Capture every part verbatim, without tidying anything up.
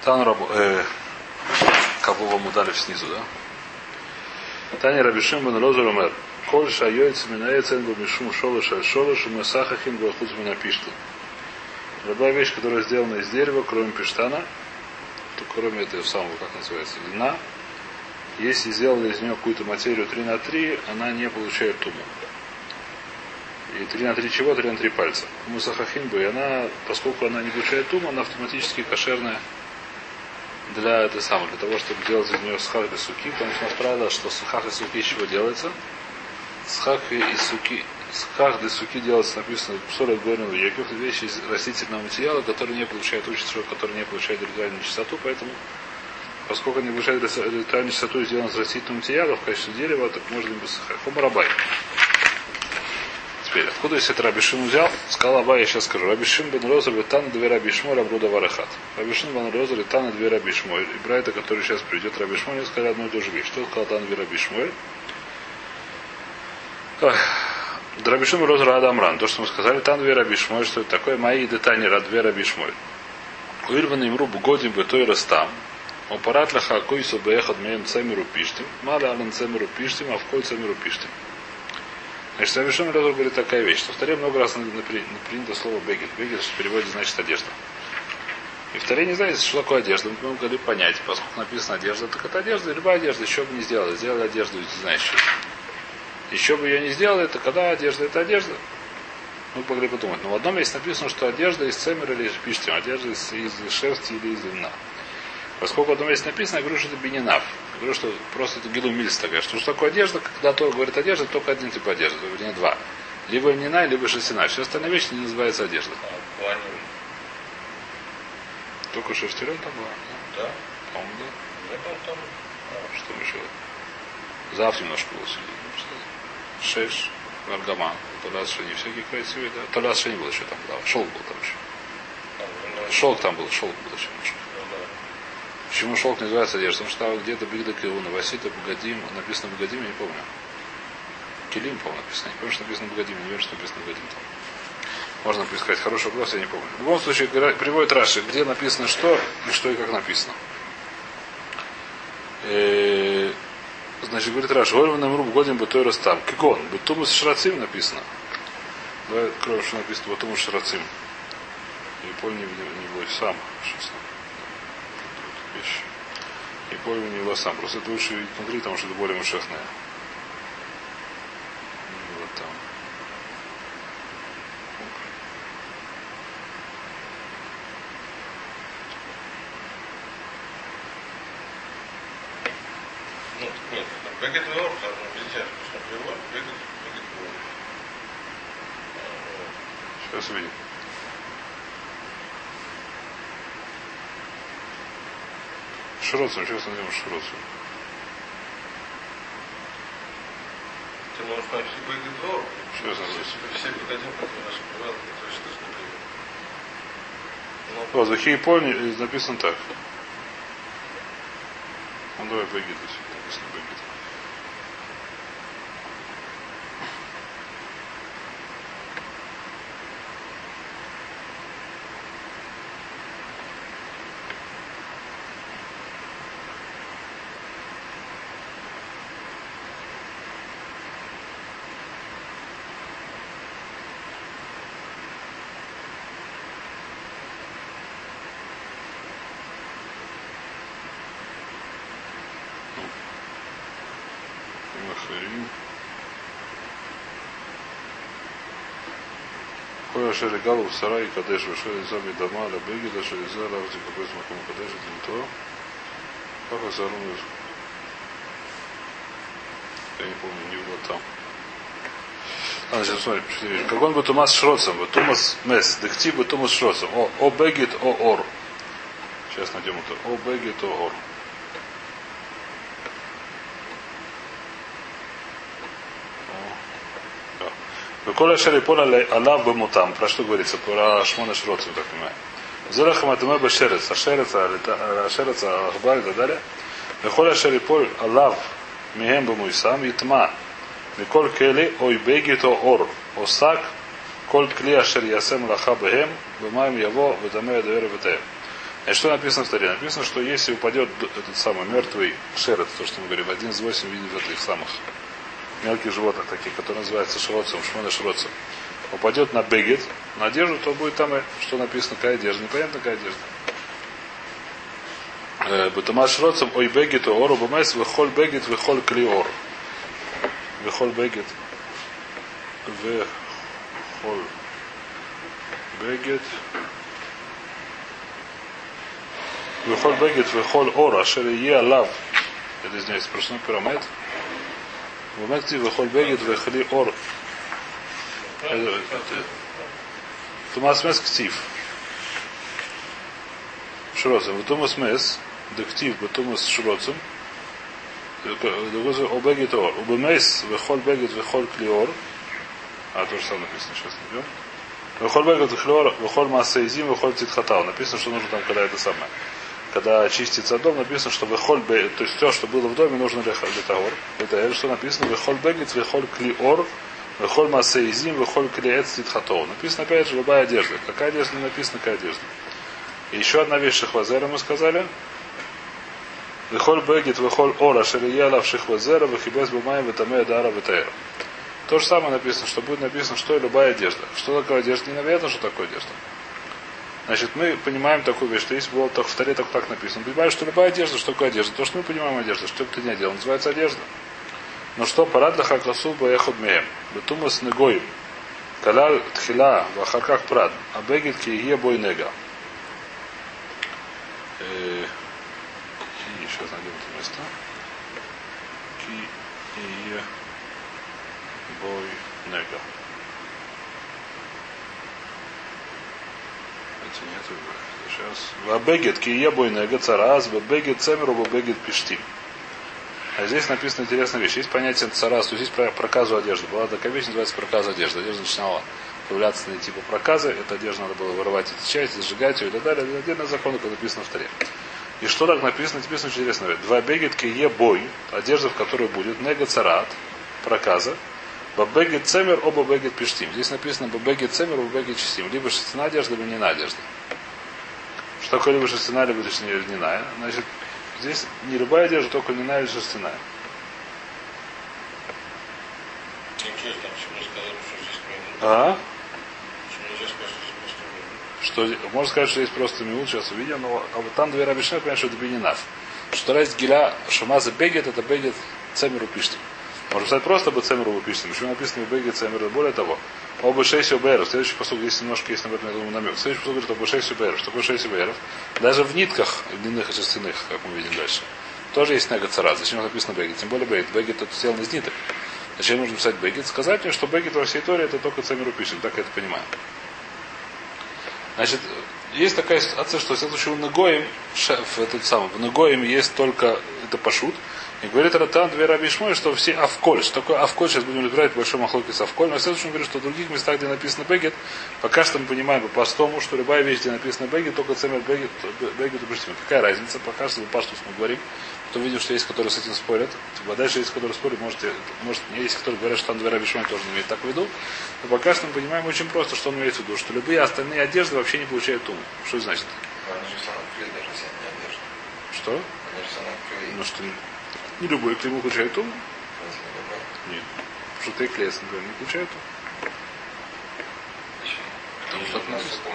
Там раб... э, кого вам удали снизу, да? Таня Рабишим бен Лозер умер. Коль шайойц минаецен бу мишум шолыш аль шолыш, мы сахахин бу ахуз мина пишту. Любая вещь, которая сделана из дерева, кроме пиштана, то кроме этого самого, как называется, льна, если сделали из нее какую-то материю три на три, она не получает туму. И три на три чего? три на три пальца. Мусахахинбу, и она, поскольку она не получает туму, она автоматически кошерная для этой самой, для того, чтобы делать из нее схах и суки, потому что у нас правило, что схах и суки из чего делается? Схах и суки. Схах и суки делается, написано в сорок горных яков, вещи из растительного материала, который не получает участие, который не получает ритуальную чистоту, поэтому поскольку не получает ритуальную чистоту, сделано из растительного материала в качестве дерева, так можно быть схах. Хомарабай. Теперь, откуда если это Рабишин взял? Сказал Абай, я сейчас скажу. Рабишин бен Розер, Тана две Рабишмоль, Абруда Варахат. Рабишин бен Розер, и Тана две Рабишмоль. И Брайта, который сейчас придет Рабишмоль, они сказали одну и ту же вещь. Что сказал Тана две Рабишмоль? Рабишин бен Розер Адамран. То, что мы сказали, Тана две Рабишмоль, что это такое? Мои детани две Рабишмоль. Уирван имру бугодим бы той растам. Он парат лаха койсу беехат меем цемеру пиштим. Мала алан цемеру пиштим, а в кой цемеру пиштим. Значит, Рабишин бен Розер говорит такая вещь. Что в Таре много раз принято слово бегет. Бегет, что в переводе значит одежда. И в Таре не знаете, что такое одежда. Мы могли понять, поскольку написано одежда, так это одежда, любая одежда, еще бы не сделали. Сделали одежду, не знаешь что. Еще бы ее не сделали, это когда одежда, это одежда. Мы могли подумать. Но в одном месте написано, что одежда из цемера или из пиштим, одежда из, из шерсти или из льна. Поскольку в одном месте написано, я говорю, что это бенинав. Я говорю, что просто это гилу мильс такая. Что, что такое одежда? Когда Тора говорит одежда, только один тип одежды, вернее два. Либо льняная, либо шерстяная. Все остальные вещи не называются одеждой. А, только шерстяная там была? Да. По-моему, да. Да, там. А, что еще? Завтра немножко было сегодня. Шеш, Варгаман. Толяс Шани всякие красивые, да. Толяс Шани был еще там, да. Шелк был там еще. Шелк там был, шелк был еще немножко. Почему шелк не называется одеждой? Потому что где-то Бигда Кируна, Васита, Бугадим, написано Бугадим, я не помню. Килим, по-моему, написано. Не помню, что написано Бугадим, не верю, что написано Бугадим там. Можно поискать. Хороший вопрос, я не помню. В любом случае, приводит Раши, где написано что, и что и как написано. И... Значит, говорит Раши, Ольва нам руб годим бы той растам. Кикон, Бутумус Шрацим написано. Давай откроем, что написано Бутумус Шрацим. Не помню, не, не будет сам. Сейчас. Вещь. Не помню, не было сам. Просто это лучше видеть внутри, потому что это более мушехное. Вот там. Ну, нет, бегет вор, там везде, что перевод, бегет, бегет вор. Сейчас увидим. Шроцем, сейчас найдем Шроцем. Ты можешь найти бегет вор. Сейчас найдем. Все бегадим, которые наши приваты, это что с ним Вот, в Хейпоне написано так. Ну, давай бегет, если написано бегет. Коля Шеригалу в сарай Кадеш Вешели Зами Дома Лабеги Дашелиза Равзи Капес Макому Кадеш Динто. Как я зарумил? Я не помню, не было там. А, сейчас смотрим, что вижу. Как он бы Тумас Шроцем, бы Тумас Мес, Дехти бы Тумас Шроцем. О, о Бегит, о Ор. Сейчас найдем это. О Бегит, о Ор. Коля Шерипола Аллах бы мутам. Про что говорится? Про Шмона Шроцу, так понимаю. Зерахам атуме бы шерец. А шерец, а шерец, а ахбар и так далее. Коля Шерипол Аллах михем бы муйсам и тма. Миколь кели ой беги то ор. Осак коль кли ашер ясем лаха бехем. Бемаем яво вдаме ядавера бетеем. И что написано в Таре? Написано, что если упадет этот самый мертвый шерет, то, что мы говорим, один из восемь видов этих самых мелких животных таких, которые называются шроцем, шмона шроцем, упадет на бегет, на одежду, то будет там, что написано, какая одежда. Непонятно, какая одежда. Бетума шроцем, ой бегет, ору бумес, вехоль бегет, вехоль клиор. Вехоль бегет, вехоль бегет, вехоль бегет, вехоль ора, шери е лав. Это здесь сплошной пирамид. Вумекти вехоль бегет, вехли ор. Тумас мес ктив. Шроцем. Тумас мес, дектив, бетумас шроцем. Обегет ор. Убемес, вехоль бегет, вехоль клиор. А, то же самое написано, сейчас найдем. Вехоль бегет, вехоль ор, вехоль массейзим, вехоль титхатал. Написано, что нужно там, когда это самое. Когда чистится дом, написано, что вехоль бегет, то есть все, что было в доме, нужно для того. Это что написано, вехоль бегет, вехоль клиор. Вехоль массейзим, вехоль клиец титхатол. Написано опять же любая одежда. Какая одежда не написана, какая одежда. И еще одна вещь шихвазера мы сказали. Вехоль бегет, вехоль ора, шерияла в шихвазера, вехибес бумаем, витаме дара, витаэра. То же самое написано, что будет написано, что и любая одежда. Что такое одежда? Не наверное, что такое одежда. Значит, мы понимаем такую вещь, что если было так в Таре, так так написано. Понимаем, что любая одежда, что такое одежда. То, что мы понимаем одежда, что бы ты ни делал, называется одежда. Но что парадла хакасу баехуд меем. Бетумас негоим. Калал тхила вахарках прад. А бегет киие бой нега. Сейчас найдем это место. Киие бой нега. Это нет. Сейчас. Вабегет киие бой нега цараз. Вабегет цемеру вабегет пиштим. А здесь написана интересная вещь. Есть понятие царас, то есть есть про проказу одежды. Была такая вещь, называется проказа одежды. Одежда начинала появляться на типа проказы. Эта одежда надо было вырывать эти части, зажигать ее и так далее. Это отдельный закон, как написано в Таре. И что так написано? Написано очень интересно. Два бегет кие бой, одежда, в которой будет нега царат, проказа. Бабегет цемер, оба бегет пиштим. Здесь написано бабегет цемер, оба бегет чистим. Либо шерстяная одежда, либо льняная одежда. Что такое либо шерстяная, либо точнее льняная? Значит, здесь не любая одежда, только льняная или шерстяная. Интересно, почему не сказали, что здесь миут? А? Почему нельзя сказать, что здесь просто миут? Что, можно сказать, что здесь просто миут, сейчас увидим, но а вот там две рабишны, понимаешь, что это бенинав. Что раз гиля шамаза бегет, это бегет цемеру пиштим. Можно сказать просто бы цемеру пиштим. Почему написано бегет цемеру? Более того, оба шесть уберов. Следующий посуд здесь немножко есть, наверное, я думаю, намек. Следующий посуд говорит оба шесть уберов. Что такое шесть уберов? Даже в нитках длинных и шерстяных, как мы видим дальше, тоже есть нега царат. Зачем написано бегет? Тем более бегет. Бегет это сделано из ниток. Зачем нужно писать бегет? Сказать мне, что бегет во всей Торе это только цемеру пиштим. Так я это понимаю. Значит, есть такая ситуация, что в следующем Нагоем, в этот самый, в Нагоем есть только это пашут. И говорит Ратан, две раби Шмуэль, что все авколь. Что такое авколь? Сейчас будем разбирать большой махлоки с авколь. Но в следующем говорит, что в других местах, где написано бегет, пока что мы понимаем по-простому, что любая вещь, где написано бегет, только цемер бегет, бегет упрежден. Какая разница? Пока что по что мы говорим. Потом видим, что есть, которые с этим спорят. А дальше есть, которые спорят, может, может есть, которые говорят, что там две раби Шмуэль тоже не имеют так в виду. Но пока что мы понимаем очень просто, что он имеет в виду, что любые остальные одежды вообще не получают туму. Что это значит? Что? Ну что, не любой клей получает туму? Нет. Потому что ты клеец, например, не получает туму. Потому что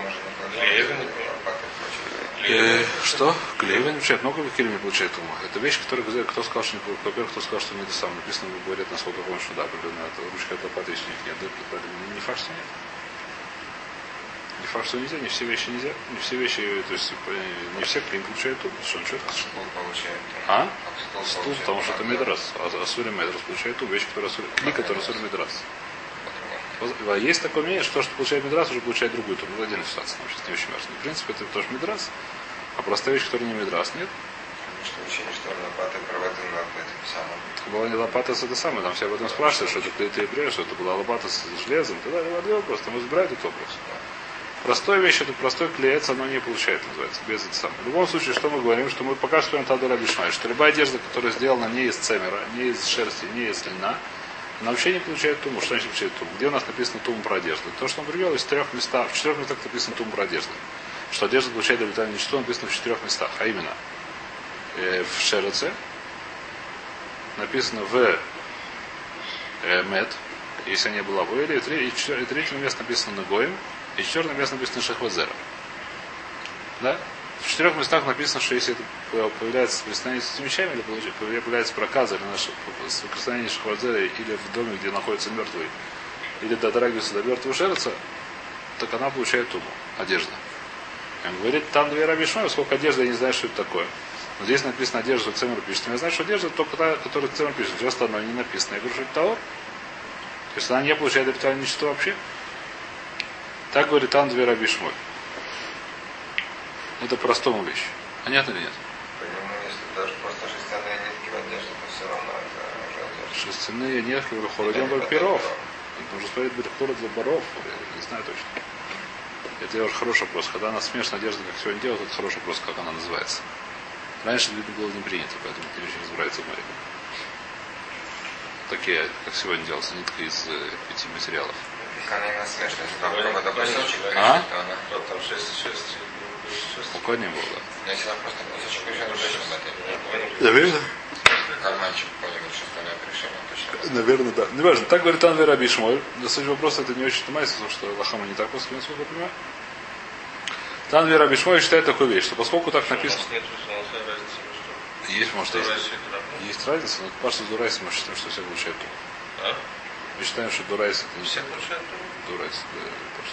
Э, что? Клеевин не получает, много клеевин не получает ума. Это вещь, которая, кто сказал, что не получает, во-первых, кто сказал, что не это самое написано, говорят, насколько помню, что да, определенно, это ручка от лопаты, если нет, нет, не факт, что нет. Не факт, что нельзя, не все вещи нельзя, не все вещи, то есть не все клеим получают ум. Что он что это? Стул получает. А? Стул, потому что это медрас. А Асури медрас получает ум, вещи, которые Асури, кли, которые Асури медрас. Есть такое мнение, что то, что получает медрас, уже получает другую туму. Это отдельная ситуация, нам сейчас не очень важно. В принципе, это тоже медрас, а простая вещь, которая не медрас, нет? Что учение, что лопаты проводили над этим самым. Была не лопата с это самое, там все об этом спрашивают, что это ты и что это была лопата с железом, тогда это вопрос, там разбирают этот вопрос. Простая вещь, это простой клеец, оно не получает, называется, без этого самого. В любом случае, что мы говорим, что мы пока что Тадур объясняем, что любая одежда, которая сделана не из цемера, не из шерсти, не из льна, она вообще не получает туму. Что значит получает туму? Где у нас написано туму про одежду? То, что он привел из трех местах, в четырех местах написано туму про одежду. что одежда получает обетованное ничто, написано в четырех местах. А именно, э, в Шереце, написано в э, Мед, если не было в Эле, и, три, и, четвер, и третье место написано на Гоим, и четвертое место написано Шахвазера. Да? В четырех местах написано, что если это появляется прикосновение с этими вещами, или появляется проказа, или наше прикосновение Шахвазера, или в доме, где находится мертвый, или дотрагивается до мертвого шерца, так она получает туму, одежда. Он говорит, там две раби Шмуэль, сколько одежды, я не знаю, что это такое. Но здесь написано одежда, что Цемер пишет. Я знаю, что одежда только та, которая Цемер пишет. Все остальное не написано. Я говорю, что это Таор. То есть она не получает обетованное ничто вообще. Так говорит там две раби Шмуэль. Это простому вещь. Понятно или нет? Понимаю, если даже просто шерстяные нитки в одежде, то все равно это уже одежда. Шерстяные нитки в Рухородим Бальпиров. Нужно смотреть Бальпиров для баров. Я не знаю точно. Это уже хороший вопрос. Когда она смешанная одежда, как сегодня делают, это хороший вопрос, как она называется. Раньше это было не принято, поэтому это не очень разбирается в море. Такие, как сегодня делается, нитка из э, пяти материалов. Она именно смешанная, если там какой-то кусочек, а? то она там шесть, шесть. Спокойнее было, да. Но если там просто кусочек решения, точно в этой. Наверное. Карманчик понял, что остальное решение точно. Наверное, да. Неважно. Так говорит Анвей Раби Шмуэль. На суть вопроса это не очень понимается, потому что Лахама не так после, насколько я понимаю. Танвей Раби Шмуэль считает такую вещь, что поскольку так написано. Есть, может, есть. Есть разница, но Паша с Дурайсом мы считаем, что все получают ту. А? Мы считаем, что Дурайс это не все получают ту? Дурайс, да, Паша.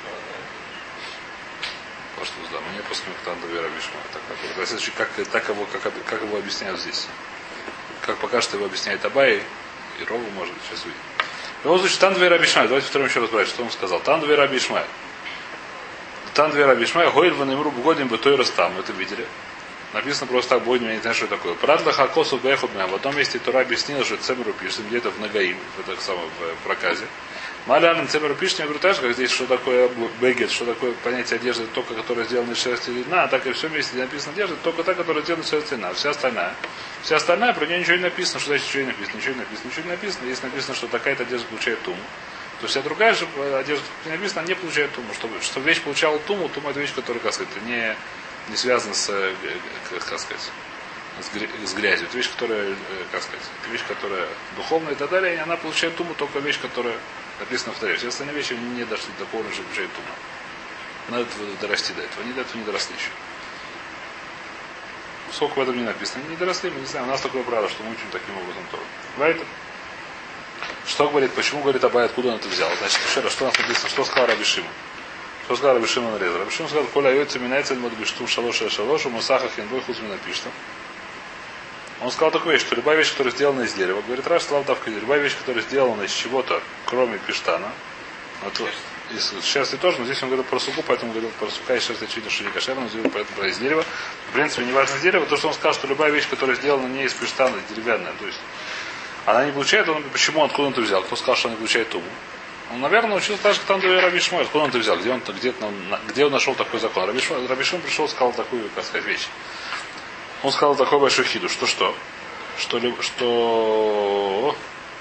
Паша, да, мне после Танвей Раби Шмуэль. Так, так, как, так его, как, как его объясняют здесь. Как пока что его объясняет Абай и Рову, может быть, сейчас увидим. В любом случае, Тан две Раби Ишмаэль. Давайте повторим еще раз брать, что он сказал. Тан две Раби Ишмаэль. Тан две Раби Ишмаэль. Гойль ванемру богодим бы той растам. Мы это видели. Написано просто так, будем, я не знаю, что это такое. Прадла хакосу бэхот мэм. В одном месте Тора объяснила, что Цемеру пишет, где-то в Нагаим, в этом самом в проказе. Малян Цемеру пишет, я говорю, так же, как здесь, что такое бэгет, что такое понятие одежды, только которая сделана из шерсти льна, так и все вместе, где написано одежда, только та, которая сделана из шерсти льна. Вся остальная. Вся остальная, про нее ничего не написано, что значит ничего не написано, ничего не написано, ничего не написано. Если написано, что такая-то одежда получает туму, то вся другая же одежда не написана, она не получает туму. Чтобы, чтобы вещь получала туму, тума это вещь, которая, как сказать, не, не связана с, как сказать, с грязью. Это вещь, которая, как сказать, это вещь, которая духовная и так далее, и она получает туму, только вещь, которая написана в Торе. Все остальные вещи не дошли до полного, что получает туму. Надо дорасти до этого. Они до этого не доросли еще. Сколько в этом не написано? Не доросли, мы не знаем. У нас такое правило, что мы учим таким образом Тору. Поэтому, что говорит, почему говорит Абай, откуда он это взял? Значит, еще раз, что у нас написано, что сказал Раби Шимон? Что сказал Раби Шимон Резер? Раби Шимон сказал, коля йойца минайца мадбиштум шалоша шалошу мусахах янбой хузмина пишта. Он сказал такую вещь, что любая вещь, которая сделана из дерева, говорит Раш, слава давка, любая вещь, которая сделана из чего-то, кроме пиштана, вот, из шерсти тоже, но здесь он говорил про суку, поэтому говорил про сука и шерсть, очевидно, что не кошерно, он говорил поэтому про из дерева. В принципе, не важно из дерева, то, что он сказал, что любая вещь, которая сделана не из пиштана, деревянная, то есть она не получает, он, почему, откуда он это взял, кто сказал, что она не получает туму? Он, наверное, учился так же, как там до Раби Шмуэль, откуда он это взял, где он, где, где он нашел такой закон. Раби Шмуэль, Раби Шмуэль пришел и сказал такую, как сказать, вещь. Он сказал такой большой хиду, что что? Что, что...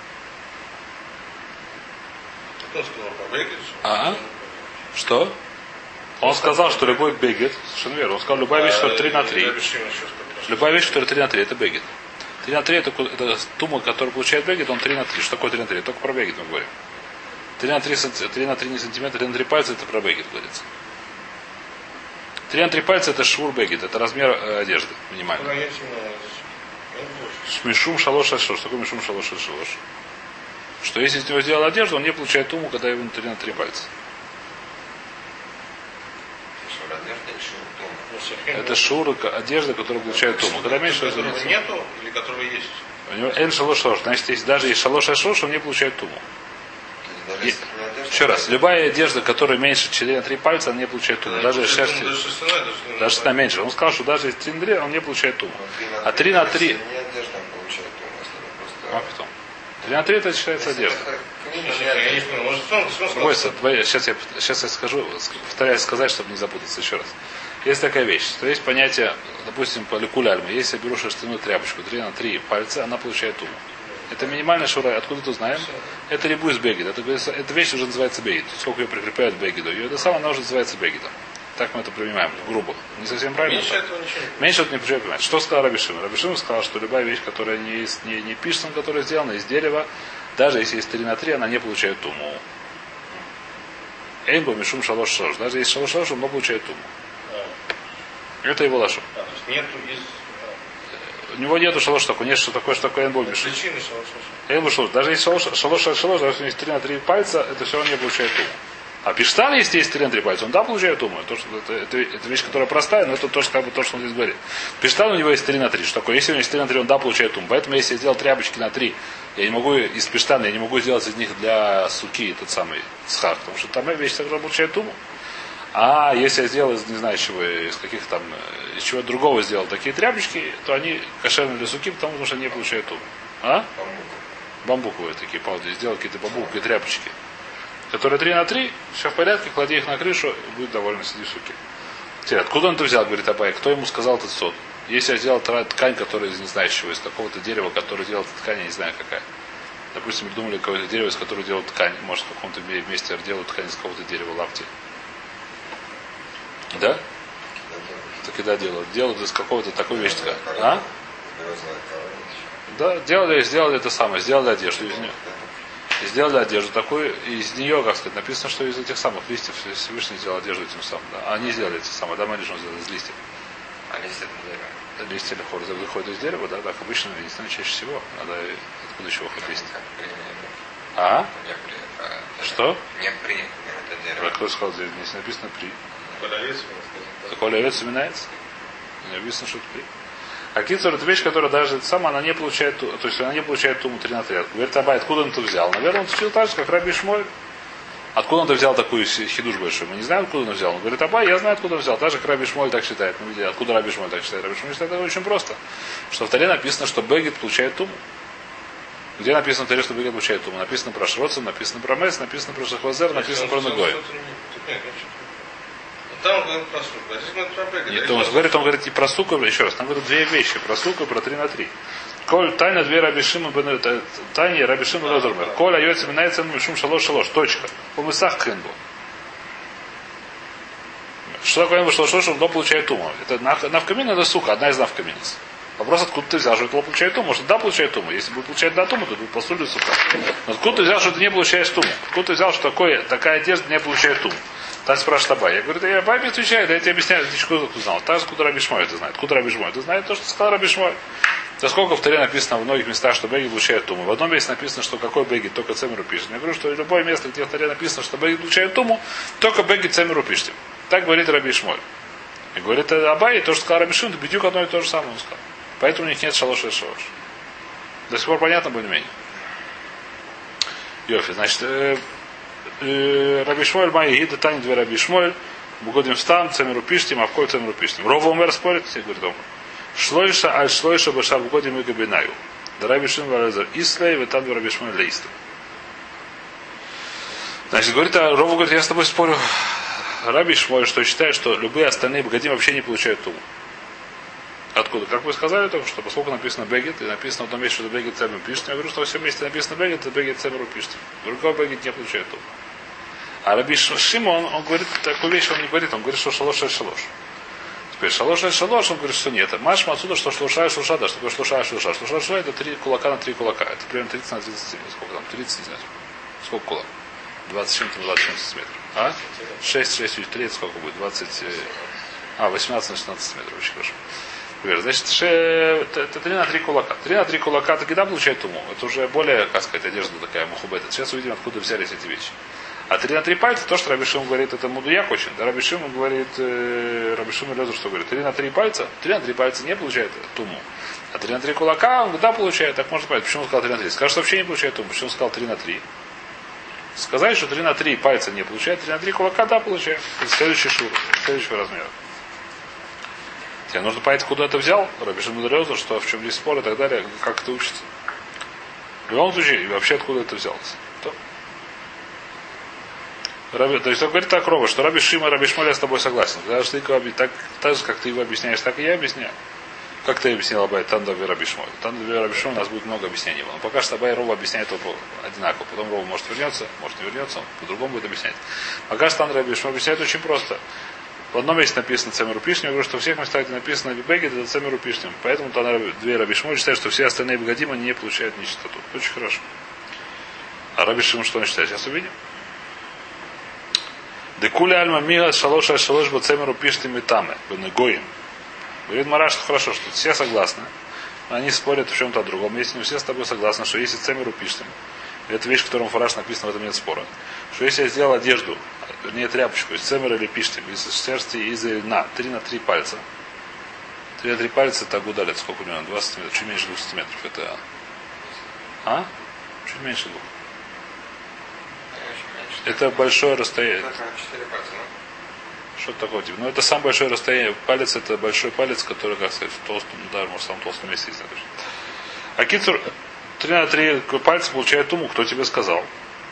А? Что? Он сказал, что любой бегет, совершенно верно. Он сказал, любая вещь, которая три на три. Любая вещь, которая три на три, это бегет. три на три это, это тума, который получает бегет, он три на три. Что такое три на три? Только про бегет мы говорим. три на три, три на три не сантиметра, три на три пальца это про бегет говорится. три на три пальца это швур бегет, это размер э, одежды минимальный. Мишум шалош шалош. Что такое мишум шалош шалош? Что если из него сделал одежду, он не получает туму, когда его три на три пальца. Это шур, одежда, которая получает туму. Когда меньше разумеется. Нету или которого есть? У него эн шалош шалош. Значит, если даже есть шалош шалош, он не получает туму. И, еще раз, любая одежда, которая меньше четыре на три пальца, она не получает туму. Даже шерсть. Даже она меньше. Он сказал, что даже из три на три он не получает туму. А три на три. А потом. три на три это считается одежда. Бойся, сейчас я, сейчас я скажу, повторяюсь сказать, чтобы не запутаться еще раз. Есть такая вещь, что есть понятие, допустим, по лекуляльме, если я беру шерстяную тряпочку три на три пальца, она получает туму. Это минимальная шура, откуда то знаем? Это рибу из бегида. Это, эта вещь уже называется бегид. Сколько ее прикрепляют к бегиду. Ее это самое, она уже называется бегидом. Так мы это принимаем, грубо. Не совсем правильно. Меньше этого ничего не Меньше это не придет понимать. Что сказал Раби Шимон? Раби Шимон сказал, что любая вещь, которая не, из, не, не пишется, которая сделана из дерева, даже если есть три на три, она не получает туму. Эйнбо мишум шалош шалош. Даже если шалош шалош, он получает туму. А, Это его лашон. а, то есть нету из... У него нету шалош такой. Нет, что такое, что такое эйнбо мишум. Причины шалош. Эйнбо шалош. Даже если шалош шалош шалош, шалош, даже если есть три на три пальца, это все равно не получает туму. А пиштан, если есть три на три пальца, он да получает туму. Это, это, это, это вещь, которая простая, но это тоже как бы то, что он здесь говорит. Пиштан у него есть три на три. Что такое? Если у него есть три на три, он да получает туму. Поэтому если я сделал тряпочки на три, я не могу из пиштана, я не могу сделать из них для суки этот самый схах, потому что там вещь, которая получает туму. А если я сделал из, не знаю, чего, из каких там, из чего другого сделал такие тряпочки, то они кошерные для суки, потому что они не получают туму. А? Бамбуковые такие, правда, сделал какие-то бамбуковые тряпочки, которые три на три, все в порядке, клади их на крышу, и будет довольно сиди суки. Теперь, откуда он это взял, говорит Абай, кто ему сказал этот сот? Если я сделал ткань, которая из не знаю чего, из какого-то дерева, которое делает ткань, я не знаю какая. Допустим, придумали какое-то дерево, из которого делают ткань. Может, в каком-то месте делают ткань из какого-то дерева, лапти. Да? Так и да, делают. Делают из какого-то такой вещи ткань. А? Да, делали, сделали это самое, сделали одежду из нее. И сделали одежду такую, и из нее, как сказать, написано, что из этих самых листьев Всевышний сделал одежду этим самым. Да. А они сделали эти самые, да, мы лишь сделали из листьев. А листья это дерево? Листья или хор выходят из дерева, да, так обычно, не знаю, чаще всего. Надо откуда еще выходят листья. А? Что? Не при, это дерево. А кто сказал, здесь не написано при. Коловец, Такой овец уминается? Не написано, что это при. А кицур это вещь, которая даже сама она не получает, то есть она не получает туму три на три. Говорит, Абай, откуда он это взял? Наверное, он учил так же, как Раби Шмуэль. Откуда он это взял такую хидуш большую? Мы не знаем, откуда он взял. Он говорит, Абай, я знаю, откуда он взял. Так же, как Раби Шмуэль так считает. Мы видели, откуда Раби Шмуэль так считает. Раби Шмуэль считает это очень просто. Что в Таре написано, что Бегет получает туму. Где написано в Таре, что Бегет получает туму? Написано про Шроцем, написано про Мес, написано про Шахвазер, написано про Нагой. Там он говорит про суку, а здесь говорит про бегет. Нет, он говорит, он говорит не про суку, еще раз, там говорит две вещи, про суку и про три на три. Коль тайна две Рабишима тайне Рабишима Лозермер. Коль айоцем минается мишум шалош шалош. Точка. Помысах хенбу. Что такое шалош шалош, он получает туму. Это навкамин, это сука, одна из навкаминец. Вопрос, откуда ты взял, что это получает туму? Может, да, получает туму. Если будет получать да туму, то будет посулю сука. Но откуда ты взял, что ты не получаешь туму? Откуда ты взял, что такое, такая одежда не получает туму? Так спрашивает Абай. Я говорю, да я Абай мне отвечает, да я тебе объясняю, ты что узнал. Так же, куда Раби Шмуэль это знает. Куда Раби Шмуэль? Это знает то, что сказал Раби Шмуэль. За сколько в Таре написано в многих местах, что Беги получает туму. В одном месте написано, что какой Беги, только Цемеру пишет. Я говорю, что любое место, где в Таре написано, что Беги получает туму, только Беги Цемеру пишет. Так говорит Раби Шмуэль. И говорит Абай, то, что сказал Раби Шимон, бедюк одно и то же самое он сказал. Поэтому у них нет шалош и шалош. До сих пор понятно более-менее. Йофи, значит, э, э, Раби Шмуэль, мои гиды, Тани, две Раби Шмуэль, Бугодим стам, Цемеру пиштим, а в кой Цемеру пиштим. Рова умер спорит, все говорит он. Шлойша, аль шлойша, баша Бугодим и Габинаю. Да Раби Шимон Валезер Ислей, в там Раби Шмуэль Лейсту. Значит, говорит, а Рова говорит, я с тобой спорю, Раби Шмуэль, что считает, что любые остальные Бугодим вообще не получают туму. Откуда? Как вы сказали только что, поскольку написано Бегет, и написано в одном месте, что Бегет Цемеру пишет, я говорю, что во всем месте написано Бегет, то Бегет Цемеру пишет. Другого Бегет не получает туму. А Раби Шимон, он, он говорит, такую вещь он не говорит, он говорит, что шалош это шалош. Теперь шалош это шалош, он говорит, что нет. Машма отсюда, что шлуша и шлуша, да, что такое шлуша и шлуша. Шлуша и шлуша это три кулака на три кулака. Это примерно тридцать на тридцать, сколько там, тридцать, не знаю. Сколько кулак? двадцать чем-то на двадцать сантиметров. А? шесть, шесть, три, это сколько будет? двадцать, а, восемнадцать на шестнадцать метров, очень хорошо. Значит, это три на три кулака. три на три кулака, так и да, получает туму. Это уже более, как сказать, одежда такая, мухубета. Сейчас увидим, откуда взялись эти вещи. А три на три пальца, то, что Раби Шимон говорит, это мудуяк очень. Да, Раби Шимон говорит, э, Раби Шимон Лезер, что говорит, три на три пальца, три на три пальца не получает туму. А три на три кулака, он да, получает, так можно понять. Почему он сказал три на три? Скажет, что вообще не получает туму. Почему он сказал три на три? Сказать, что три на три пальца не получает, три на три кулака, да, получает. Это следующий шур, следующего размера. Тебе нужно понять, куда это взял, Раби Шимон Лезер, что в чем здесь спор и так далее, как это учится. В любом случае, и вообще откуда это взялось. Раби, то есть он говорит так, Рова, что Раби Шима, Раби Шмуэль, я с тобой согласен. Даже ты его, так, так же, как ты его объясняешь, так и я объясняю. Как ты объяснил Абай Тандаве Раби Шмуэль? Тандаве Раби Шмуэль у нас будет много объяснений. Но пока что Абай и Рова объясняет его одинаково. Потом Рова может вернется, может не вернется, он по-другому будет объяснять. Пока что Тандаве Раби Шмуэль объясняет очень просто. В одном месте написано Цемеру Пишним, я говорю, что во всех местах, где написано Бегет, это Цемеру Пишним. Поэтому тогда две Раби Шимон считают, что все остальные Бегадим, они не получают нечистоту. Очень хорошо. А Раби Шимон что он считает? Сейчас увидим. Декуля альма мига шалош аль шалош ба Цемеру Пишним и тамэ. Бенегоим. Говорит Мараш, что хорошо, что все согласны. Они спорят в чем-то о другом. Если не все с тобой согласны, что если Цемеру Пишним, это вещь, в котором фараш написано, в этом нет спора. Что если я сделал одежду, вернее тряпочку, из цемера или пиштим, из шерсти, из льна, три на три пальца. три на три пальца это агудалец, сколько у него? двадцать метров, чуть меньше двадцати метров. Это. А? Чуть меньше двух. Это большое расстояние. Что такое типа? Ну это самое большое расстояние. Палец это большой палец, который, как сказать, в толстом, да, может в самом толстом месте есть. А кицур, три на три пальца получает туму. Кто тебе сказал?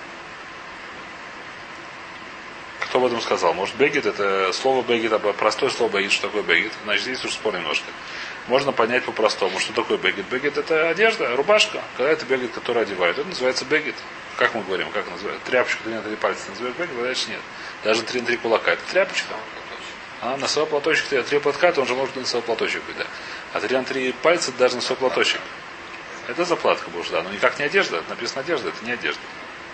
Кто об этом сказал? Может, бегет, это слово бегет, простое слово бегет, что такое бегет. Значит, здесь уж спор немножко. Можно понять по-простому, что такое бегет. Бегет это одежда, рубашка. Когда это бегет, который одевают, это называется бегет. Как мы говорим, как называют? Тряпочку три на три пальца называют бегет, а дальше нет. Даже три на три кулака. Это тряпочка. А носовой платочек, три платка, то он же может носовой платочек быть, да. А три на три пальца это даже носовой платочек. Это заплатка будет, да. Но никак не одежда. Это написано одежда, это не одежда.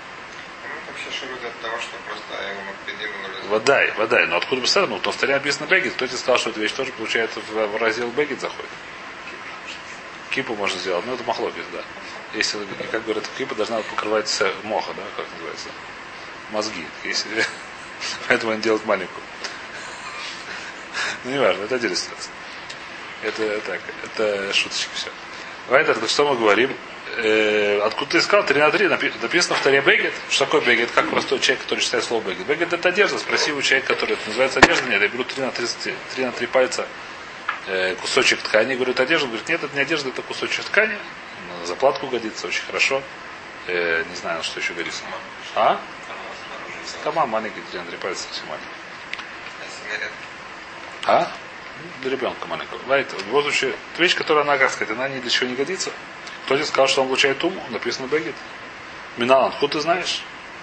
От того, что просто его макпедирунули. Водай, водай. Но откуда бы сказать? Ну, то в Таре написано бегет. Кто тебе сказал, что эта вещь тоже получается в, в раздел бегет заходит? Кипу можно сделать. Ну, это махлокис, да. Если, как говорят, кипа должна покрывать моха, да, как называется? Мозги. Если... Поэтому они делают маленькую. Ну, не важно, это отдельная ситуация. Это так, это шуточки все. Вайтер, это что мы говорим? Э, откуда ты сказал? три на три написано в Таре бегет. Что такое бегет? Как простой человек, который читает слово бегет? Бегет это одежда. Спроси у человека, который это называется одежда. Нет, я беру три на три пальца э, кусочек ткани. Говорит, одежда. Говорит, нет, это не одежда, это кусочек ткани. На заплатку годится, очень хорошо. Э, не знаю, что еще годится. А? Кама маленький, три на три пальца совсем маленький. А? Для ребенка маленького. В любом случае, вещь, которая она, как сказать, она ни для чего не годится. Кто тебе сказал, что он получает уму? Написано бегет. Миналан, откуда ты знаешь?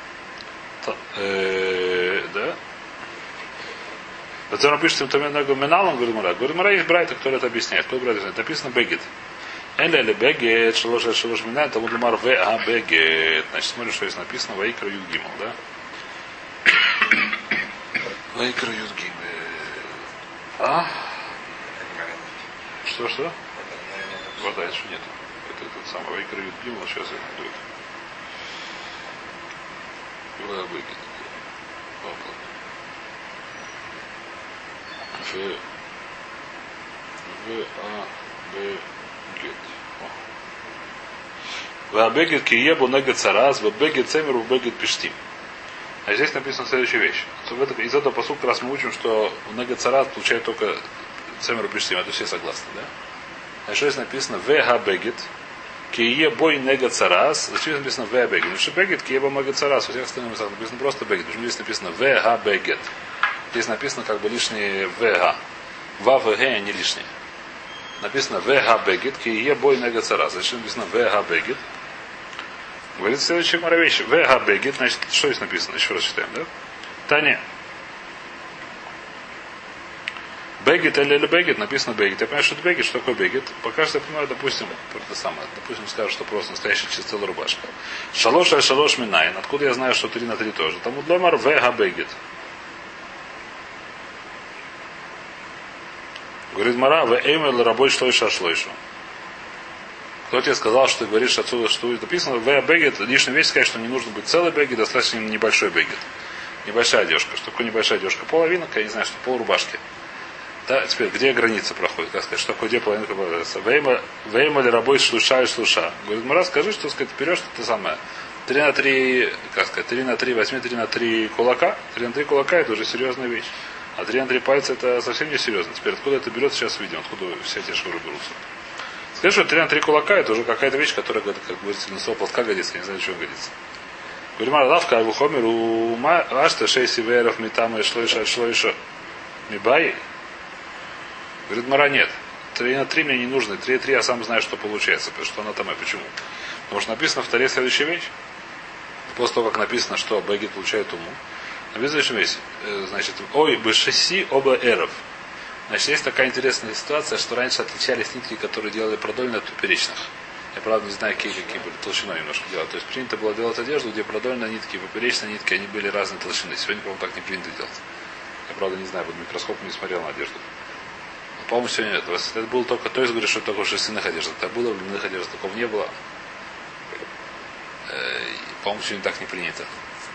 Да? Затем он пишет, что Миналан, говорит Мара. Говорит, Мара есть брайта, который это объясняет. Кто брайта знает? Написано бегет. Эле или бегет, шалош шалош минает, тому для Мар в а бегет. Значит, смотрим, что здесь написано Ваикра Юдгимал, да? Ваикра Юдгимал. А? Что, что? Вода еще нет. Это этот самый Вайкра Юдгимал, сейчас я найду это. Была бегет. В В А Бегет. В А Бегет Киебу Негет Сараз, в Бегет Цемеру, в Бегет Пиштим. А здесь написана следующая вещь. Из этого посылка как раз мы учим, что Негет Сараз получает только Цемеру Пиштим. Это все согласны, да? А что здесь написано В Ха Бегет Кие бой нега царас. Зачем написано В бегет? Потому что бегет киеба нега царас. У всех остальных местах написано просто бегет. Почему здесь написано В ха бегет? Здесь написано как бы лишние В ха. Ва В Г не лишние. Написано В ха бегет кие бой нега царас. Зачем написано В ха бегет? Говорит следующая мара вещь. В ха бегет. Значит, что здесь написано? Еще раз читаем, да? Таня. Бегет или или бегет, написано бегет. Я понимаю, что это бегет, что такое бегет. Пока что я понимаю, допустим, это самое, допустим, скажут, что просто настоящая чистая рубашка. Шалош аль шалош минайн. Откуда я знаю, что три на три тоже? Там удломар вега бегет. Говорит Мара, в эймел рабой шлойша шлойшу. Кто тебе сказал, что ты говоришь отсюда, что написано в бегет, лишняя вещь сказать, что не нужно быть целый бегет, достаточно небольшой бегет. Небольшая одежка. Что такое небольшая одежка? Половина, я не знаю, что пол рубашки. Да, теперь, где граница проходит? Как сказать, что такое, где половинка появляется? Вейма ли рабой шлуша и шлуша. Говорит, Мара, скажи, что сказать, берешь что-то самое. Три на три, как сказать, три на три, возьми три на три кулака. Три на три кулака это уже серьезная вещь. А три на три пальца это совсем не серьезно. Теперь откуда это берется, сейчас увидим, откуда все эти шуры берутся. Скажи, что три на три кулака это уже какая-то вещь, которая, как говорится, на своего платка годится, я не знаю, чего годится. Говорит, Мара, лавка, алвухомер, у ашта шесть сиверов, митама и шлойша, шлойша, мибай. Говорит, Мара, нет. три на три мне не нужно. три на три я сам знаю, что получается. Потому что она там и почему. Потому что написано в Таре следующая вещь. После того, как написано, что Бегет получает уму. Написано, есть, значит, ой, бешеси оба эров. Значит, есть такая интересная ситуация, что раньше отличались нитки, которые делали продольно от поперечных. Я, правда, не знаю, какие, какие были толщиной немножко делать. То есть принято было делать одежду, где продольные нитки и поперечные нитки, они были разной толщины. Сегодня, по-моему, так не принято делать. Я, правда, не знаю, под микроскопом не смотрел на одежду. Но, по-моему, сегодня нет. Это было только, то есть говорит, что только в шерстяных одеждах. Это было, в льняных одеждах такого не было. По-моему, сегодня так не принято.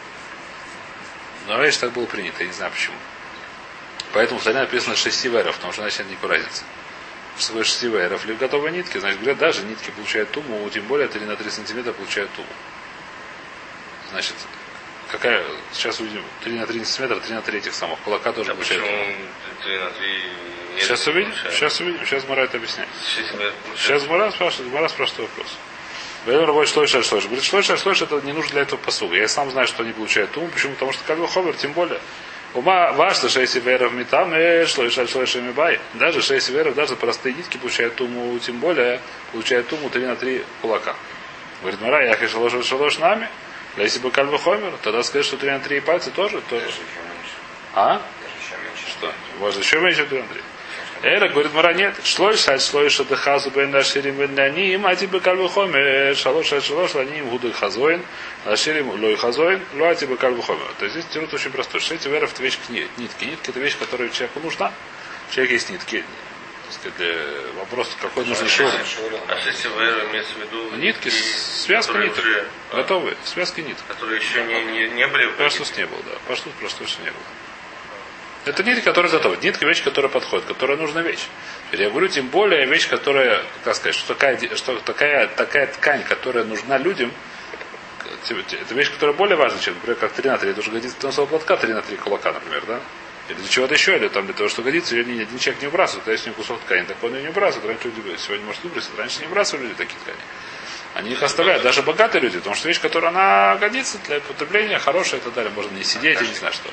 Но раньше так было принято, я не знаю почему. Поэтому в Таре написано шести веров, потому что значит нет никакой разницы. Что такое шести веров? Или готовые нитки, значит, говорят, даже нитки получают туму, тем более три на три сантиметра получают туму. Значит, какая, сейчас увидим, три на три сантиметра, три на три этих самых, кулака тоже а получают туму. три на три Сейчас увидим, сейчас увидим, сейчас Мара это объясняет. Сейчас Мара спрашивает, Мара спрашивает вопрос. Говорит, работает шлойш, шлойш. Говорит, шлойш, шлойш, это не нужно для этого посуга. Я сам знаю, что они получают туму. Почему? Потому что кальва хомер, тем более. Ума важно шесть веров метам, и шлойш, шлойш, мибай. Даже шесть веров, даже простые нитки получают туму, тем более получают туму три на три кулака. Говорит, Мара, я хочу шлойш, шлойш нами. Да если бы кальва хомер, тогда сказать, что три на три пальцы тоже, то... А? Что? Важно еще меньше три на три. Эра говорит, Мара, нет. Шлойш, шлойш, это хазу, бен наширим, бен наним, а тебе кальвухоме, шалош, шалош, ланим, гуду хазоин, наширим, лой хазоин, луа тебе кальвухоме. То есть здесь тирут очень простой. Шесть веров это вещь нитки. Нитки это вещь, которая человеку нужна. Человек есть нитки. Для вопроса, какой нужен шоур. А шесть веров имеется в виду... Нитки, связка ниток. Уже, готовые, связки ниток. Которые еще не, не, не были... Паштус не было, да. Паштус просто что не было. Это нитки, которые готовы. Нитка вещь, которая подходит, которая нужна вещь. Я говорю, тем более вещь, которая, как сказать, что такая, что такая, такая ткань, которая нужна людям, это вещь, которая более важна, чем, например, как три на три. Это уже годится для носового платка три на три кулака, например, да? Или для чего-то еще, или там для того, что годится, ее ни один человек не выбрасывает. Когда есть у него кусок ткани, так он ее не выбрасывает. Раньше люди сегодня, может, выбросить, раньше не выбрасывали люди такие ткани. Они их оставляют, даже богатые люди, потому что вещь, которая она годится для потребления, хорошая и так далее. Можно не сидеть, я не знаю что.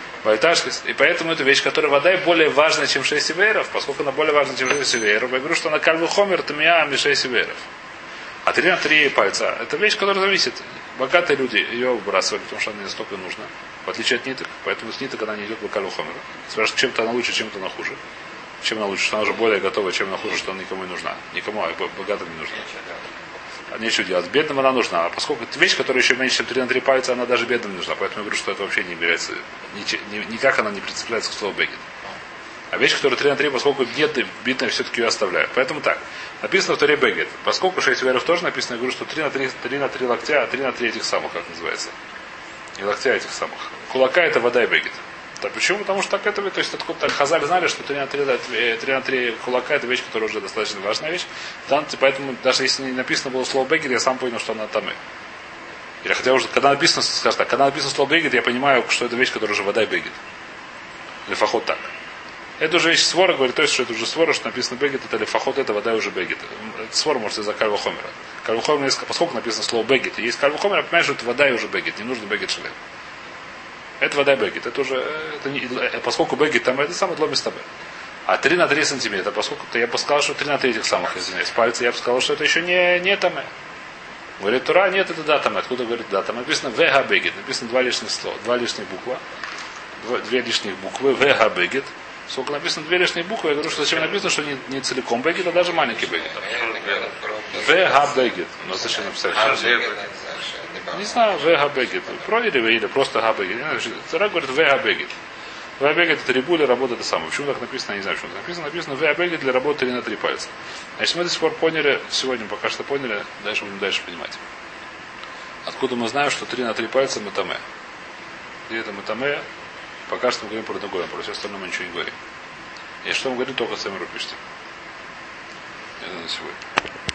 И поэтому это вещь, которая вода более важна, чем шесть северов, поскольку она более важна, чем шесть северов. Я говорю, что она кальву хомер, тамия, ми шесть северов. А три на три пальца. Это вещь, которая зависит. Богатые люди ее выбрасывали, потому что она не настолько нужна. В отличие от ниток. Поэтому с ниток она не идет в кальву хомер. Спрашивают, чем-то она лучше, чем-то она хуже. Чем она лучше, что она уже более готова, чем она хуже, что она никому не нужна. Никому, а богатым не нужна. Нечего делать. Бедным она нужна. А поскольку это вещь, которая еще меньше, чем три на три пальца, она даже бедным не нужна. Поэтому я говорю, что это вообще не является, никак она не прицепляется к слову бегет. А вещь, которая три на три, поскольку бедная, бедная, все-таки ее оставляют. Поэтому так. Написано в Торе бегет. Поскольку шесть веров тоже написано, я говорю, что три на три, три на три локтя, а три на три этих самых, как называется. И локтя этих самых. Кулака это вода и бегет. Да, почему? Потому что так это, то есть откуда так Хазаль знали, что три на три, три на три кулака это вещь, которая уже достаточно важная вещь. Там, поэтому даже если не написано было слово бегет, я сам понял, что она там. Или хотя уже, когда написано, скажем так, когда написано слово бегет, я понимаю, что это вещь, которая уже вода и бегет. Лефахот так. Это уже вещь свора, говорит, то есть, что это уже свора, что написано бегет, это лефахот, это вода уже бегет. Это свора может из-за кальва хомера. Кальва хомера, поскольку написано слово бегет, и есть кальва хомера, понимаешь, что это вода и уже бегет, не нужно бегет шелем. Это вода бегет. Это уже, это не, поскольку бегет там, это самое дломис табе. А три на три сантиметра, поскольку я бы сказал, что три на три этих самых, извиняюсь, пальцы, я бы сказал, что это еще не, не там. Говорит, Тура, нет, это да там. Откуда говорит да там? Написано вега бегет. Написано два лишних слова, два лишних буква. Два, две лишних буквы, вега бегет. Сколько написано две лишние буквы, я говорю, что зачем написано, что не, не целиком бегет, а даже маленький бегет. Вега бегет. Но зачем написать? Не знаю, вега бегет. Про или ве, или просто га бегет. Тора говорит вега бегет. Вега бегет это рибуля, работа это самое. Почему так написано, я не знаю, почему так написано. Написано вега бегет для работы три на три пальца. Значит, мы до сих пор поняли, сегодня пока что поняли, дальше будем дальше понимать. Откуда мы знаем, что три на три пальца матаме. Где это матаме? Пока что мы говорим про другое, про все остальное мы ничего не говорим. И что мы говорим, только сами пишите. Это на сегодня.